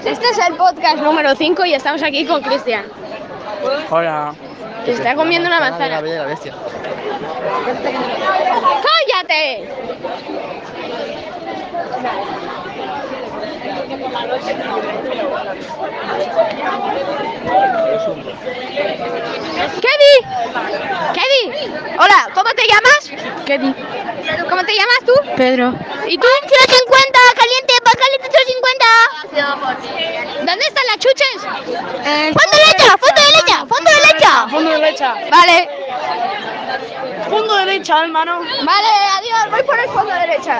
Este es el podcast número 5 y estamos aquí con Cristian. Hola. Se está comiendo una manzana. La Bella y la Bestia. ¡Cállate! ¡Kedi! ¡Kedi! Hola, ¿cómo te llamas? Kedi. ¿Cómo te llamas tú? Pedro. ¿Y tú? 150, caliente, caliente 150. ¿Dónde están las chuches? ¡Fondo derecha! ¡Fondo derecha! ¡Fondo derecha! Fondo derecha. Vale, Fondo derecha, hermano. vale, adiós, voy por el fondo derecha.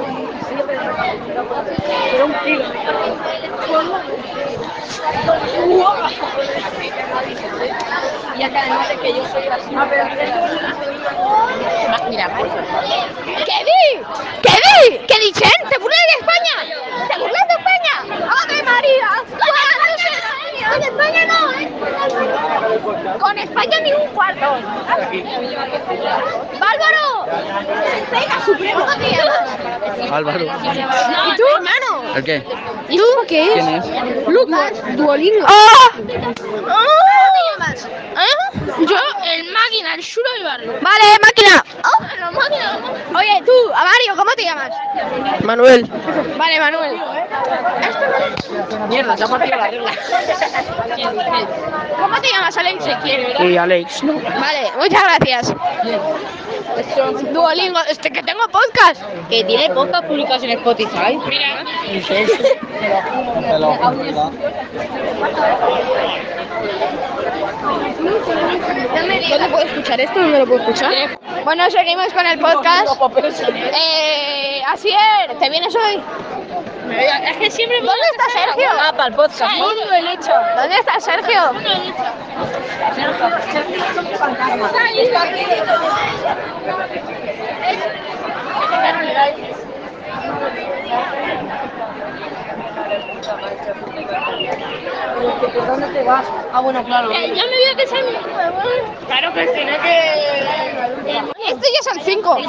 Y acá además de que yo soy así. Mira, ¡Kedi! ¡Kedi! ¿Qué dicen? ¿Te burlas de España? ¿Te burlas de España? ¡Ave María! ¡Con España no! ¿Eh? Con España ni un cuarto. ¡Bárbaro! Venga, supremo. ¿Cómo te llamas? Álvaro. ¿Y tú? Hermano. ¿El qué? ¿Y tú qué ¿Quién es? Lucas, Duolingo. ¿Cómo te llamas? Yo, El máquina, el chulo del barrio. Vale, máquina. Oye, tú, Amario, ¿cómo te llamas? Manuel. Vale, Manuel. Mierda, se ha partido la regla. ¿Cómo te llamas, Alex? Y Alex, ¿no? Vale, muchas gracias. Duolingo, que tengo podcast. Que tiene podcast publicados en Spotify. Mira. ¿Dónde puedo escuchar esto? ¿Dónde lo puedo escuchar? Bueno, seguimos con el podcast. Asier, ¿te vienes hoy? Es que siempre me ¿Dónde está Sergio? Ah, para el podcast. Fondo derecho. ¿Dónde está Sergio? ¿Dónde te vas? Ah, bueno, claro. Ya me voy a casar. Claro que tiene que... Esto ya son 5. ¿Cuál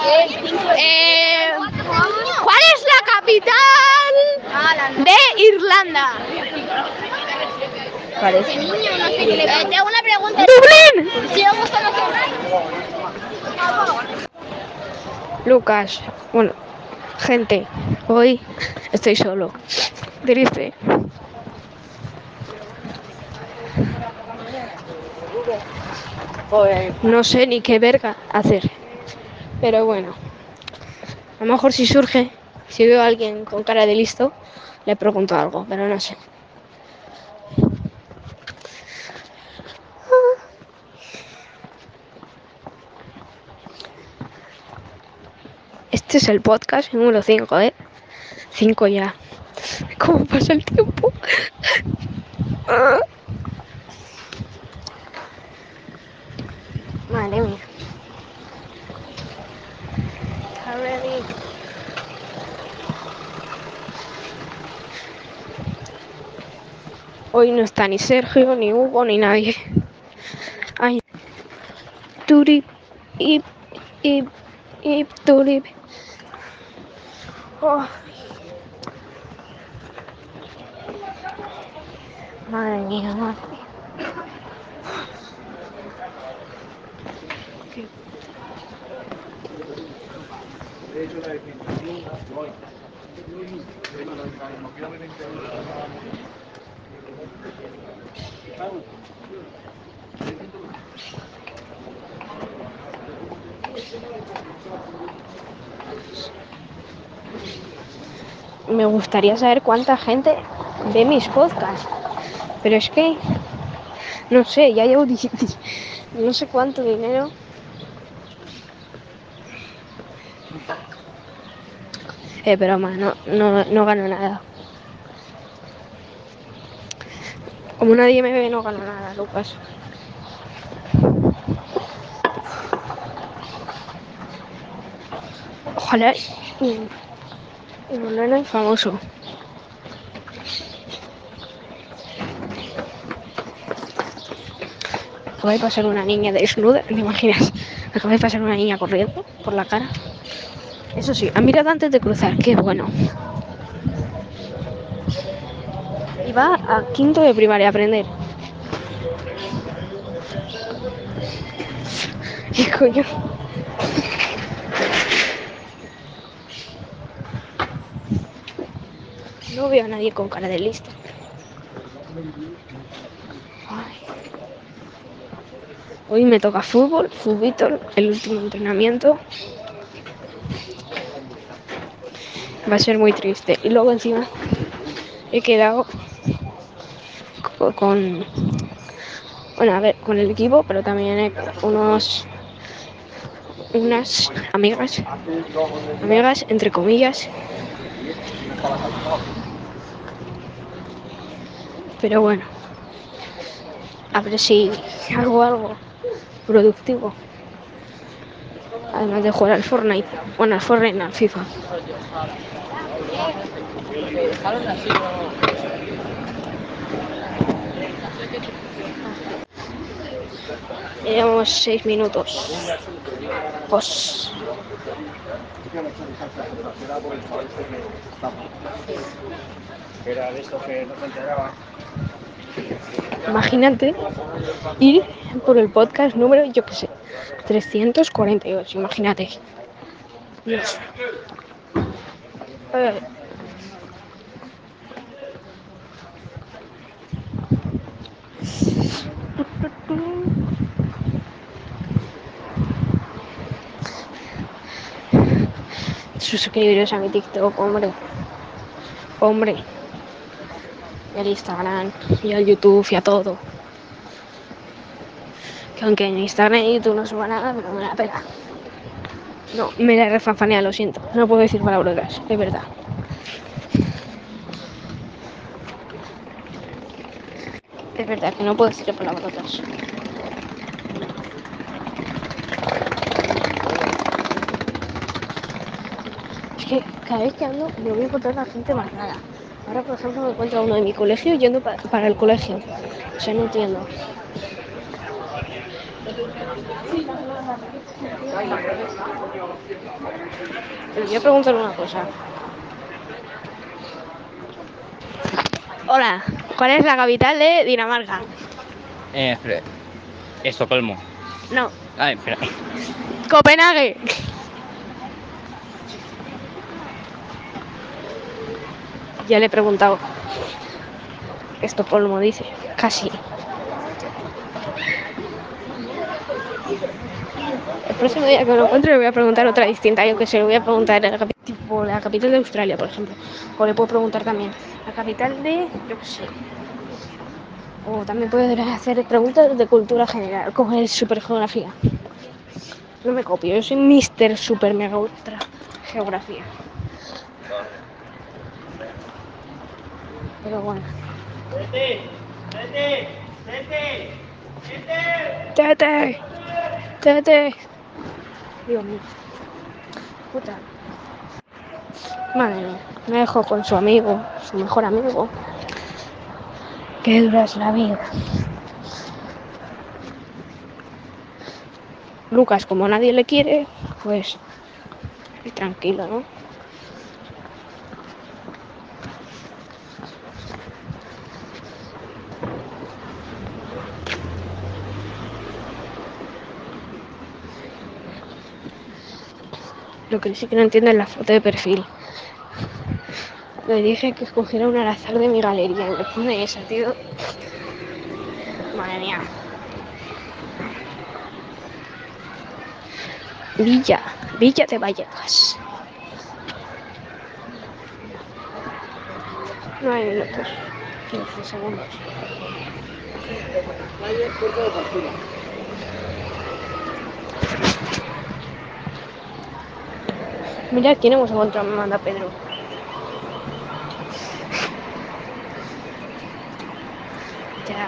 es la capital de Irlanda? Parece. Te hago una pregunta. ¡Dublín! Si me gustan los Lucas. Bueno, gente, hoy estoy solo. Triste. No sé ni qué verga hacer. Pero bueno. A lo mejor si surge, si veo a alguien con cara de listo, le pregunto algo, pero no sé. Este es el podcast número 5, ¿eh? 5 ya. ¿Cómo pasa el tiempo? Madre mía. Hoy no está ni Sergio, ni Hugo, ni nadie. Ay. Turip, ip, turip. Oh. Madre mía, madre mía. Me gustaría saber cuánta gente ve mis podcasts, pero es que no sé, ya llevo no sé cuánto dinero. Broma, no gano nada. Como nadie me ve, no gano nada, Lucas. Ojalá y volverme famoso. Acaba de pasar una niña desnuda, ¿te imaginas? Acaba de pasar una niña corriendo por la cara. Eso sí, ha mirado antes de cruzar, qué bueno. Y va a quinto de primaria a aprender. ¿Qué coño? No veo a nadie con cara de listo. Ay. Hoy me toca fútbol, el último entrenamiento. Va a ser muy triste. Y luego encima he quedado con con el equipo, pero también unas amigas entre comillas. Pero bueno, a ver si hago algo productivo. Además de jugar al Fortnite. Bueno, al Fortnite, no, al FIFA. Llevamos 6 minutos. Pues Era de esto que no se enteraba. imagínate ir por el podcast número, yo qué sé, 348, imagínate. Dios. Suscribiros a mi TikTok, hombre, y al Instagram, y al YouTube, y a todo. Que aunque en Instagram y YouTube no suba nada, pero me la pela. No, me la refanfanea, lo siento. No puedo decir palabrotas, es verdad. Es verdad que no puedo decir palabrotas. Es que cada vez que ando me voy a encontrar a gente más rara. Ahora, por ejemplo, me encuentro a uno de mi colegio yendo para el colegio. O sea, no entiendo. Les voy a preguntar una cosa. Hola, ¿cuál es la capital de Dinamarca? Espera. Estocolmo. No, Ay, espera. Copenhague. Ya le he preguntado. Estocolmo dice, casi. El próximo día que me lo encuentre le voy a preguntar otra distinta. Yo que sé, le voy a preguntar la capital de Australia, por ejemplo. O le puedo preguntar también la capital de, yo que sé. O también puedo hacer preguntas de cultura general, como es supergeografía. No me copio, yo soy Mr. Super Mega Ultra Geografía. Pero bueno. ¡Tete! ¡Tete! Dios mío. Puta. Madre mía. Me dejó con su amigo, su mejor amigo. Qué dura es la vida. Lucas, como nadie le quiere, pues tranquilo, ¿no? Lo que sí que no entiendo es la foto de perfil. Le dije que escogiera un al azar de mi galería y me pone esa, tío. Madre mía. Villa de Vallecas. 9 minutos. 15 segundos. Mira quién hemos encontrado, me manda Pedro. Ya.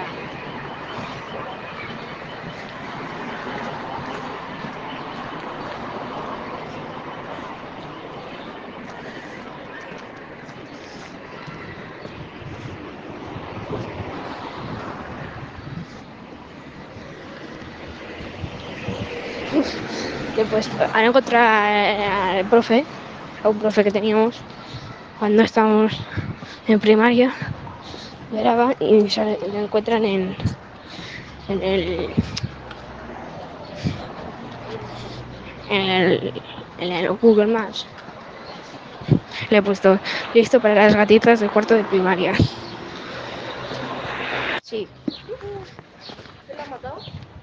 Después han encontrado al profe, a un profe que teníamos cuando estábamos en primaria. graban y lo encuentran en el, en el Google Maps. Le he puesto listo para las gatitas de cuarto de primaria. Sí. ¿Quién la ha matado?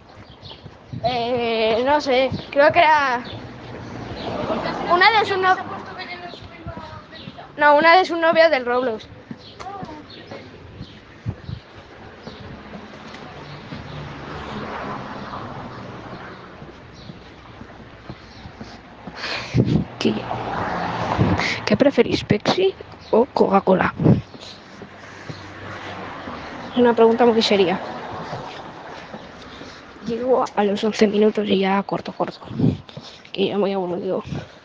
No sé, creo que era una de sus ¿Se ha puesto veneno en su misma bebida? no, una de sus novias del Roblox. ¿Qué preferís, Pepsi o Coca-Cola? Una pregunta muy seria. Llego a los 11 minutos y ya corto, que ya muy aburrido.